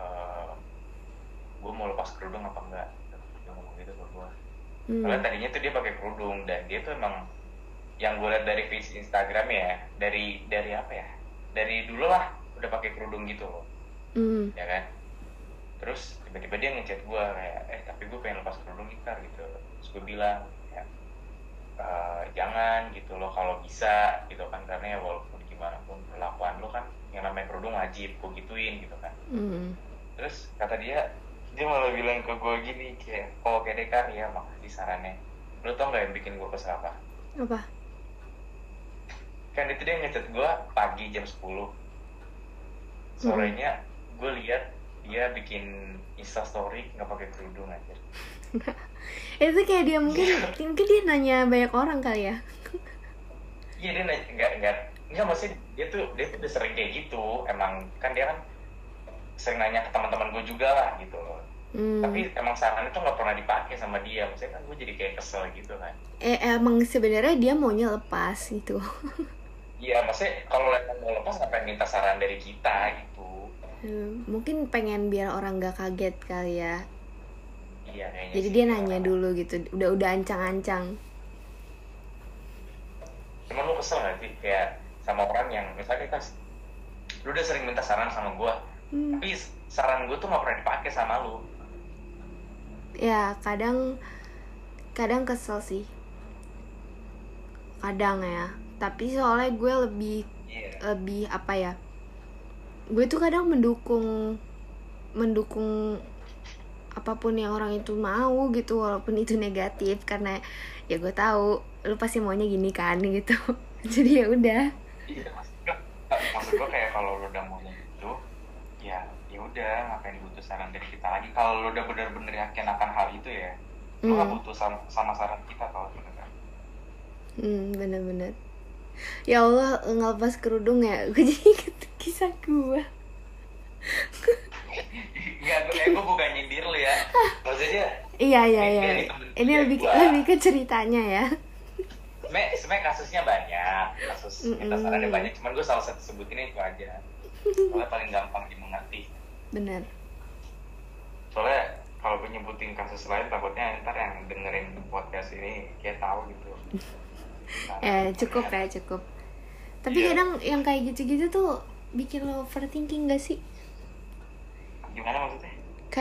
Speaker 2: Gue mau lepas kerudung apa enggak? Dia ngomong gitu ke gue. Soalnya tadinya tuh dia pakai kerudung dan dia tuh emang yang gue liat dari feed Instagram ya, dari apa ya? Dari dulu lah udah pakai kerudung gitu loh. Ya kan? Terus tiba-tiba dia ngechat gue kayak, tapi gue pengen lepas kerudung nih Kar gitu. Terus gue bilang ya, jangan gitu loh kalau bisa gitu kan, karena ya walaupun gimana pun perlakuan lo kan yang namanya kerudung wajib, gue gituin gitu kan. Terus kata dia malah bilang ke gue gini kayak, oke deh Kar, ya makasih sarannya. Lo tau gak yang bikin gue kesel apa?
Speaker 1: Apa?
Speaker 2: Kan itu dia ngechat gue pagi jam 10. Sorenya gue lihat dia bikin instastory nggak pakai kerudung aja.
Speaker 1: Itu kayak dia mungkin dia nanya banyak orang kali ya.
Speaker 2: Iya dia nanya, nggak maksudnya dia tuh udah sering kayak gitu. Emang kan dia kan sering nanya ke teman-teman gue juga lah gitu loh. Tapi emang saran itu nggak pernah dipakai sama dia. Maksudnya kan gue jadi kayak kesel gitu kan.
Speaker 1: Emang sebenarnya dia maunya lepas gitu.
Speaker 2: Iya maksudnya kalau mau lepas ngapain minta saran dari kita gitu.
Speaker 1: Mungkin pengen biar orang gak kaget kali ya.
Speaker 2: Iya kayaknya.
Speaker 1: Jadi dia nanya dulu gitu, udah ancang-ancang.
Speaker 2: Cuman lu kesel gak sih kayak sama orang yang misalnya kan lu udah sering minta saran sama gue, tapi saran gue tuh gak pernah dipakai sama lu.
Speaker 1: Ya kadang kesel sih. Kadang ya. Tapi soalnya gue lebih apa ya? Gue tuh kadang mendukung apapun yang orang itu mau gitu, walaupun itu negatif, karena ya gue tahu lu pasti maunya gini kan gitu. Jadi ya udah.
Speaker 2: Iya maksud gue kayak kalau lu udah maunya gitu, ya udah ngapain butuh saran dari kita lagi. Kalau lu udah bener-bener yakin akan hal itu ya, lu gak butuh sama saran kita kalau bener-bener.
Speaker 1: Bener-bener. Ya Allah, ngelepas kerudung ya, gue jadi inget kisah gue.
Speaker 2: Gue bukan nyindir lu ya, maksudnya
Speaker 1: Iya. Ini lebih ke ceritanya ya.
Speaker 2: Sebenarnya kasusnya banyak, kasus minta sarannya banyak, cuman gue salah satu sebutin itu aja, soalnya paling gampang dimengerti.
Speaker 1: Bener.
Speaker 2: Soalnya kalau gue nyebutin kasus lain takutnya ntar yang dengerin podcast ini kayak tahu gitu.
Speaker 1: Cukup. Tapi kadang yang kayak gitu-gitu tuh bikin lo overthinking gak sih?
Speaker 2: Gimana maksudnya?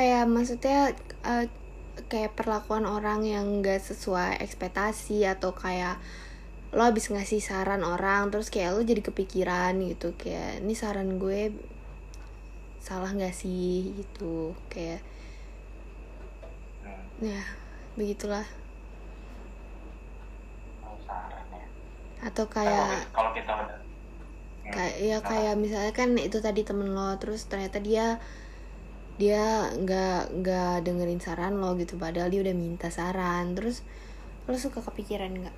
Speaker 1: Kayak perlakuan orang yang gak sesuai ekspektasi, atau kayak lo habis ngasih saran orang terus kayak lo jadi kepikiran gitu, kayak ini saran gue salah gak sih gitu, kayak ya begitulah.
Speaker 2: Saran ya.
Speaker 1: Atau kayak
Speaker 2: kalau kita udah
Speaker 1: kayak misalnya kan itu tadi temen lo, terus ternyata dia nggak dengerin saran lo gitu, padahal dia udah minta saran, terus lo suka kepikiran nggak?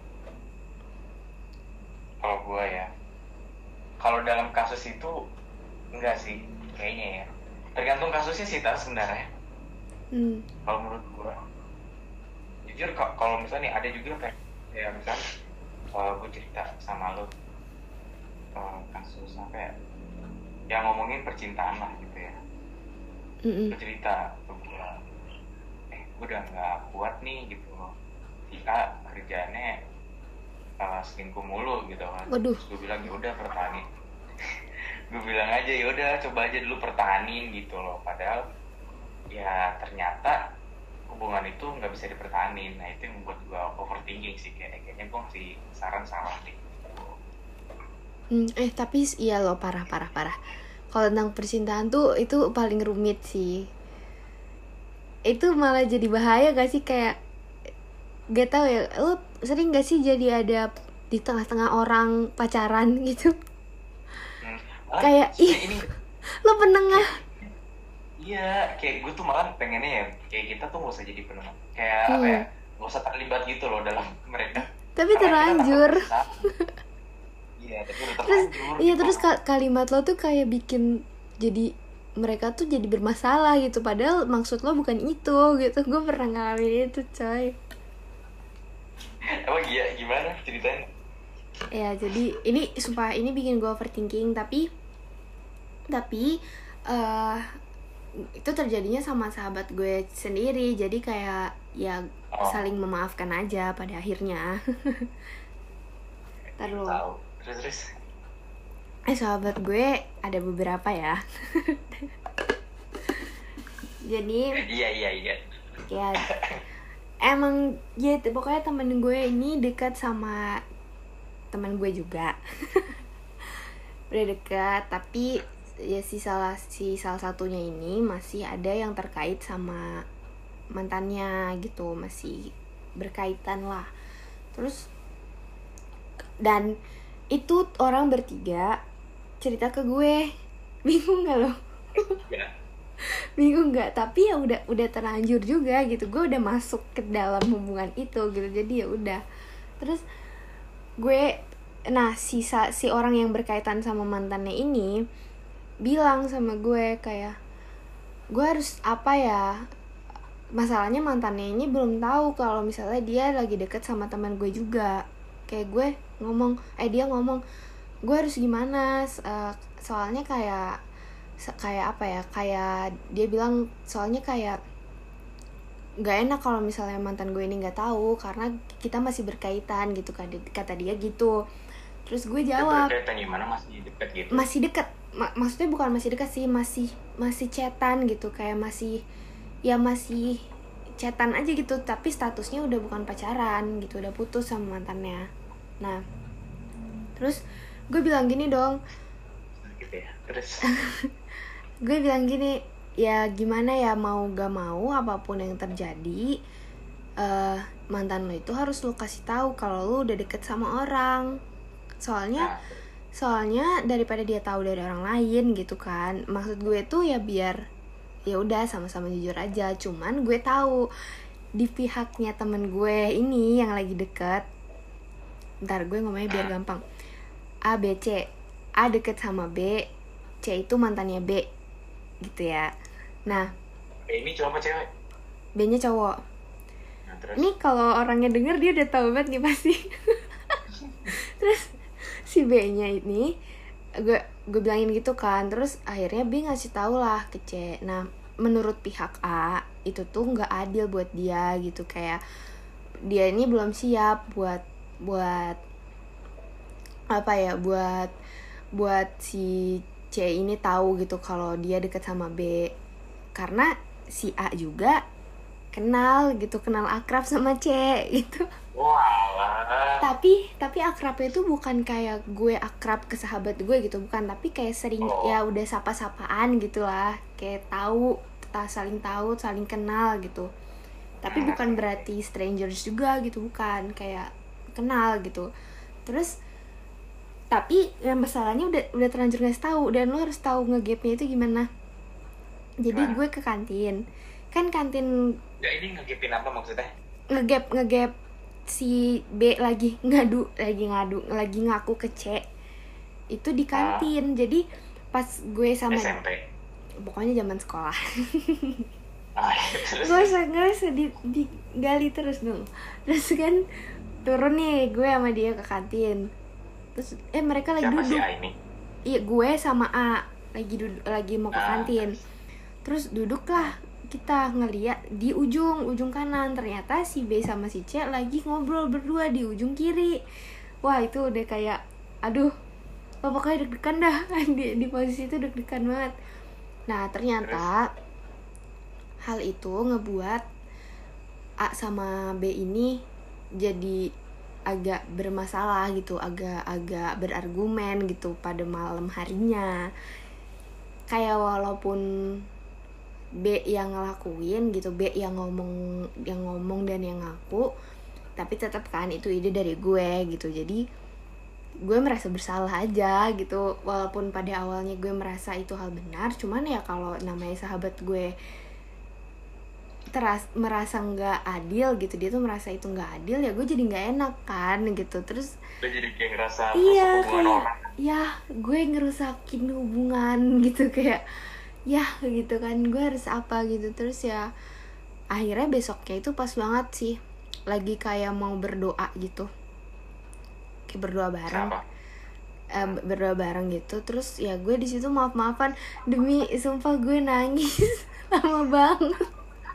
Speaker 2: Kalau gue ya, kalau dalam kasus itu enggak sih kayaknya ya, tergantung kasusnya sih sebenarnya. Kalau menurut gue jujur, kalau misalnya ada juga kayak misalnya gue cerita sama lo kasus sampai yang ngomongin percintaan lah gitu ya. Gue cerita ke gue, gue udah nggak kuat nih gitu loh, si A kerjaannya selingkuh mulu gitu kan.
Speaker 1: Waduh.
Speaker 2: Terus gue bilang ya udah gue bilang aja ya udah coba aja dulu pertahanin gitu loh, padahal ya ternyata hubungan itu nggak bisa dipertahanin. Nah itu yang membuat gue overthinking sih, kayaknya gue ngasih saran salah nih.
Speaker 1: Tapi iya loh, parah. Kalau tentang percintaan tuh itu paling rumit sih. Itu malah jadi bahaya gak sih, kayak gak tau ya, lo sering gak sih jadi ada di tengah-tengah orang pacaran gitu? Kayak
Speaker 2: ini
Speaker 1: lo penengah.
Speaker 2: Iya, kayak gue tuh malah pengennya ya kayak kita tuh gak usah jadi penengah, kayak apa ya, gak usah terlibat gitu loh dalam mereka.
Speaker 1: Tapi terlanjur.
Speaker 2: Iya, tapi udah terlanjur.
Speaker 1: Iya, terus kalimat lo tuh kayak bikin jadi mereka tuh jadi bermasalah gitu, padahal maksud lo bukan itu gitu. Gue pernah ngalamin itu, coy.
Speaker 2: Emang iya, gimana ceritain?
Speaker 1: Ya, jadi ini sumpah ini bikin gue overthinking, tapi itu terjadinya sama sahabat gue sendiri. Jadi kayak ya saling memaafkan aja pada akhirnya.
Speaker 2: Tahu. Terus
Speaker 1: sahabat gue ada beberapa ya. Jadi
Speaker 2: iya
Speaker 1: ya emang ya pokoknya temen gue ini dekat sama teman gue juga. Udah dekat, tapi ya salah satunya ini masih ada yang terkait sama mantannya gitu, masih berkaitan lah. Terus dan itu orang bertiga cerita ke gue. Bingung gak lo?
Speaker 2: Ya.
Speaker 1: Bingung gak? Tapi ya udah terlanjur juga gitu. Gue udah masuk ke dalam hubungan itu gitu. Jadi ya udah. Terus gue, nah si orang yang berkaitan sama mantannya ini bilang sama gue kayak, gue harus apa ya? Masalahnya mantannya ini belum tahu kalau misalnya dia lagi deket sama teman gue juga. Kayak gue dia ngomong, gue harus gimana? Soalnya kayak apa ya? Kayak dia bilang soalnya kayak nggak enak kalau misalnya mantan gue ini nggak tahu karena kita masih berkaitan gitu, kata dia gitu. Terus gue jawab,
Speaker 2: berkaitan gimana, masih dekat gitu?
Speaker 1: Masih dekat. Maksudnya bukan masih dekat sih, masih chatan gitu, kayak masih chatan aja gitu, tapi statusnya udah bukan pacaran gitu, udah putus sama mantannya. Nah, terus gue bilang gini dong,
Speaker 2: gitu ya. Terus
Speaker 1: gue bilang gini, ya gimana ya, mau gak mau apapun yang terjadi, mantan lo itu harus lo kasih tahu kalau lo udah deket sama orang. Soalnya daripada dia tahu dari orang lain gitu kan. Maksud gue tuh ya biar ya udah sama-sama jujur aja. Cuman gue tahu di pihaknya temen gue ini yang lagi deket, ntar gue ngomongnya biar gampang, A, B, C. A deket sama B, C itu mantannya B gitu ya. Nah,
Speaker 2: ini cowok apa cewek?
Speaker 1: B nya cowok.
Speaker 2: Nah, terus?
Speaker 1: Ini kalau orangnya denger dia udah tahu banget nih pasti. Terus si B nya ini gue bilangin gitu kan. Terus akhirnya B ngasih tahu lah ke C. Nah, menurut pihak A itu tuh nggak adil buat dia gitu, kayak dia ini belum siap buat apa ya, buat si C ini tahu gitu kalau dia deket sama B, karena si A juga kenal akrab sama C gitu.
Speaker 2: Walah.
Speaker 1: Tapi akrabnya itu bukan kayak gue akrab ke sahabat gue gitu, bukan, tapi kayak sering ya udah sapa-sapaan gitulah, kayak saling tahu, saling kenal gitu. Tapi bukan berarti strangers juga gitu, bukan, kayak kenal gitu. Terus tapi yang masalahnya udah terlanjur ngasih tahu, dan lo harus tahu ngegapnya itu gimana. Jadi gue ke kantin
Speaker 2: Ya, ini ngegapin apa maksudnya?
Speaker 1: ngegap si B lagi ngaku ke C itu di kantin. Jadi pas gue sama
Speaker 2: SMP,
Speaker 1: pokoknya zaman sekolah.
Speaker 2: Terus?
Speaker 1: Gue digali terus dong. Terus kan turun nih gue sama dia ke kantin. Terus mereka lagi
Speaker 2: siapa
Speaker 1: duduk.
Speaker 2: Si A ini?
Speaker 1: Iya, gue sama A lagi mau ke kantin. Terus duduklah kita, ngeliat di ujung kanan, ternyata si B sama si C lagi ngobrol berdua di ujung kiri. Wah, itu udah kayak aduh, pokoknya deg-degan dah. Di posisi itu deg-degan banget. Nah ternyata hal itu ngebuat A sama B ini jadi agak bermasalah gitu, agak berargumen gitu pada malam harinya. Kayak walaupun B yang ngelakuin gitu, B yang ngomong dan yang ngaku, tapi tetap kan itu ide dari gue gitu. Jadi gue merasa bersalah aja gitu, walaupun pada awalnya gue merasa itu hal benar. Cuman ya kalau namanya sahabat gue merasa nggak adil gitu, dia tuh merasa itu nggak adil, ya gue jadi nggak enak kan gitu. Terus
Speaker 2: Lo jadi kayak ngerasa
Speaker 1: iya
Speaker 2: hubungan
Speaker 1: kayak
Speaker 2: orang.
Speaker 1: ya gue ngerusakin hubungan gitu, kayak ya gitu kan, gue harus apa gitu. Terus ya akhirnya besoknya itu pas banget sih, lagi kayak mau berdoa gitu, kayak berdoa bareng.
Speaker 2: Kenapa?
Speaker 1: Berdoa bareng gitu. Terus ya gue di situ maaf-maafan, demi sumpah gue nangis lama banget.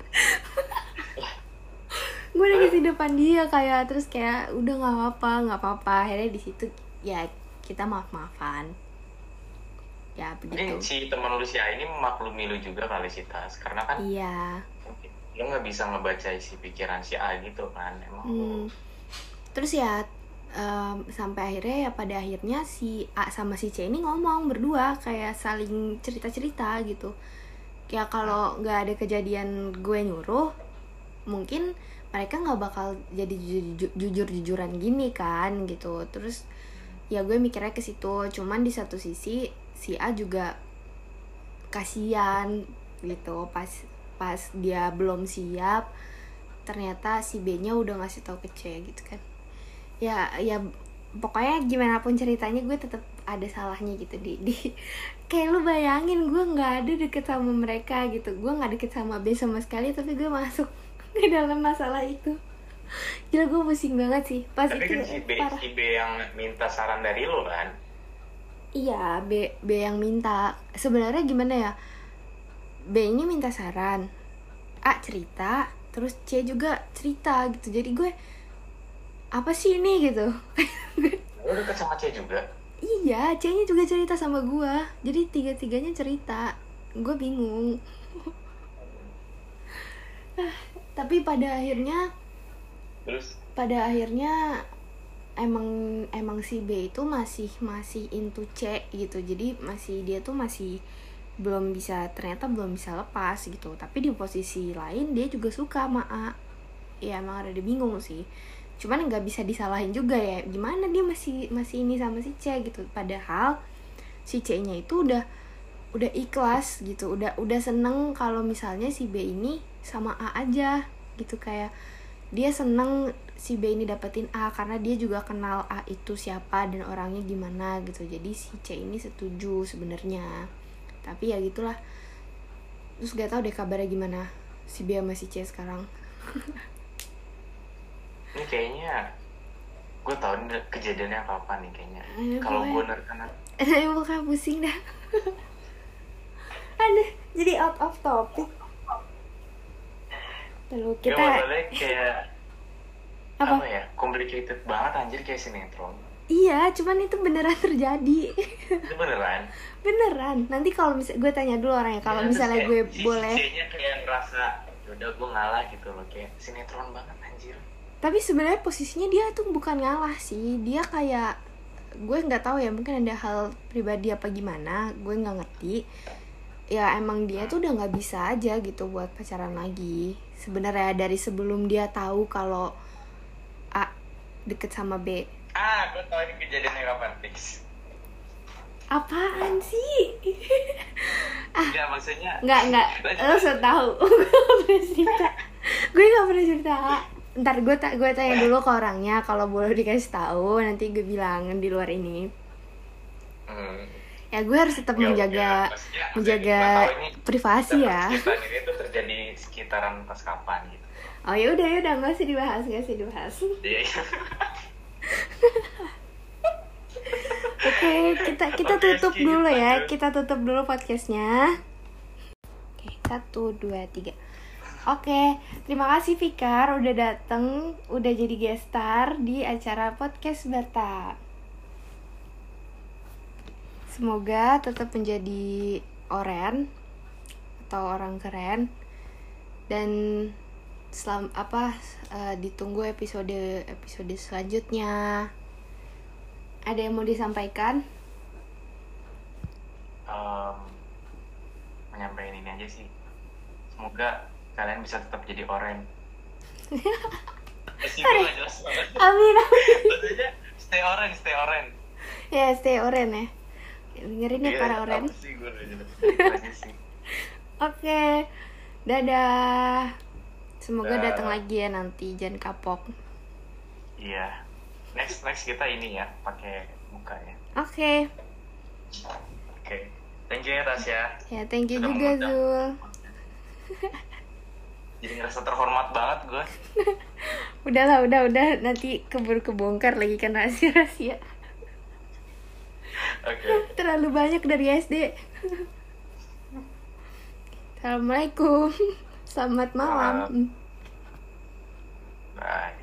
Speaker 1: Gue nangis di depan dia kayak, terus kayak udah nggak apa-apa. Akhirnya di situ ya kita maaf-maafan. Ya
Speaker 2: Jadi
Speaker 1: begitu.
Speaker 2: si teman lu si A ini memaklumi lu juga kali sih Tas, karena kan
Speaker 1: Iya.
Speaker 2: lu nggak bisa ngebaca isi pikiran si A gitu kan, emang lu.
Speaker 1: Terus ya sampai akhirnya ya pada akhirnya si A sama si C ini ngomong berdua, kayak saling cerita-cerita gitu. Ya kalau nggak ada kejadian gue nyuruh, mungkin mereka nggak bakal jadi jujur-jujuran gini kan gitu. Terus ya gue mikirnya ke situ. Cuman di satu sisi si A juga kasihan gitu, pas dia belum siap ternyata si B-nya udah ngasih tau ke C gitu kan. Ya pokoknya gimana pun ceritanya gue tetap ada salahnya gitu di kayak lu bayangin, gue nggak ada deket sama mereka gitu, gue nggak deket sama B sama sekali, tapi gue masuk ke dalam masalah itu. Gila, gue pusing banget sih pas
Speaker 2: Tapi
Speaker 1: itu.
Speaker 2: kan si B yang minta saran dari lo kan.
Speaker 1: Iya, B yang minta. Sebenarnya gimana ya, B ini minta saran, A cerita, terus C juga cerita gitu. Jadi gue apa sih ini gitu.
Speaker 2: Lo deket sama C juga.
Speaker 1: Iya, C-nya juga cerita sama gue. Jadi tiga-tiganya cerita. Gue bingung. Tapi pada akhirnya emang si B itu masih into C gitu. Jadi dia tuh masih belum bisa lepas gitu. Tapi di posisi lain dia juga suka sama A. Ya emang ada bingung sih. Cuman nggak bisa disalahin juga ya, gimana dia masih ini sama si C gitu. Padahal si C-nya itu udah ikhlas gitu, udah seneng kalau misalnya si B ini sama A aja gitu. Kayak dia seneng si B ini dapetin A karena dia juga kenal A itu siapa dan orangnya gimana gitu. Jadi si C ini setuju sebenarnya, tapi ya gitulah. Terus gak tau deh kabarnya gimana si B sama si C sekarang.
Speaker 2: Ini kayaknya gue tau nih kejadiannya kapan nih kayaknya. Kalau gue nerkan
Speaker 1: bukan pusing dah. Aduh, jadi out of topic. Lalu kita
Speaker 2: kayak apa ya, complicated banget anjir, kayak sinetron.
Speaker 1: Iya, cuman itu beneran terjadi.
Speaker 2: Itu beneran.
Speaker 1: Beneran. Nanti kalau misalnya gue tanya dulu orangnya, kalau misalnya gue boleh.
Speaker 2: Si-nya kayak ngerasa udah gue ngalah gitu loh, kayak sinetron banget anjir.
Speaker 1: Tapi sebenarnya posisinya dia tuh bukan ngalah sih, dia kayak, gue nggak tahu ya, mungkin ada hal pribadi apa gimana, gue nggak ngerti. Ya emang dia tuh udah nggak bisa aja gitu buat pacaran lagi. Sebenarnya dari sebelum dia tahu kalau A deket sama B.
Speaker 2: Gue tahu ini kejadiannya kapan, fix.
Speaker 1: Apaan sih?
Speaker 2: Enggak, maksudnya
Speaker 1: Enggak, lo so tau. Gue gak pernah cerita. Ntar gue tanya dulu ke orangnya, kalau boleh dikasih tahu nanti gue bilang di luar ini. Ya gue harus tetap menjaga privasi ya.
Speaker 2: Cerita ini tuh terjadi sekitaran pas kapan gitu.
Speaker 1: Oh ya udah nggak usah dibahas.
Speaker 2: Iya.
Speaker 1: Oke, kita tutup dulu ya. Kita tutup dulu podcastnya. Oke, 1, 2, 3. Oke, terima kasih Fikar udah dateng, udah jadi guest star di acara podcast Berta. Semoga tetap menjadi oren atau orang keren. Dan ditunggu episode selanjutnya. Ada yang mau disampaikan?
Speaker 2: Menyampaikan ini aja sih. Semoga kalian bisa tetap jadi oren. Jelas banget.
Speaker 1: Amin.
Speaker 2: Maksudnya stay oren.
Speaker 1: Ya, stay oren ya. Dengerin ya para oren. Oke. Dadah. Semoga datang lagi ya nanti, jangan kapok.
Speaker 2: Iya. Next kita ini ya, pakai muka ya.
Speaker 1: Oke.
Speaker 2: Thank you ya Tasya.
Speaker 1: Ya, thank you juga Zul.
Speaker 2: Jadi ngerasa terhormat banget gue.
Speaker 1: Udah nanti keburu kebongkar lagi kan rahasia.
Speaker 2: Oke.
Speaker 1: Terlalu banyak dari SD. Assalamualaikum. Selamat malam.
Speaker 2: Bye.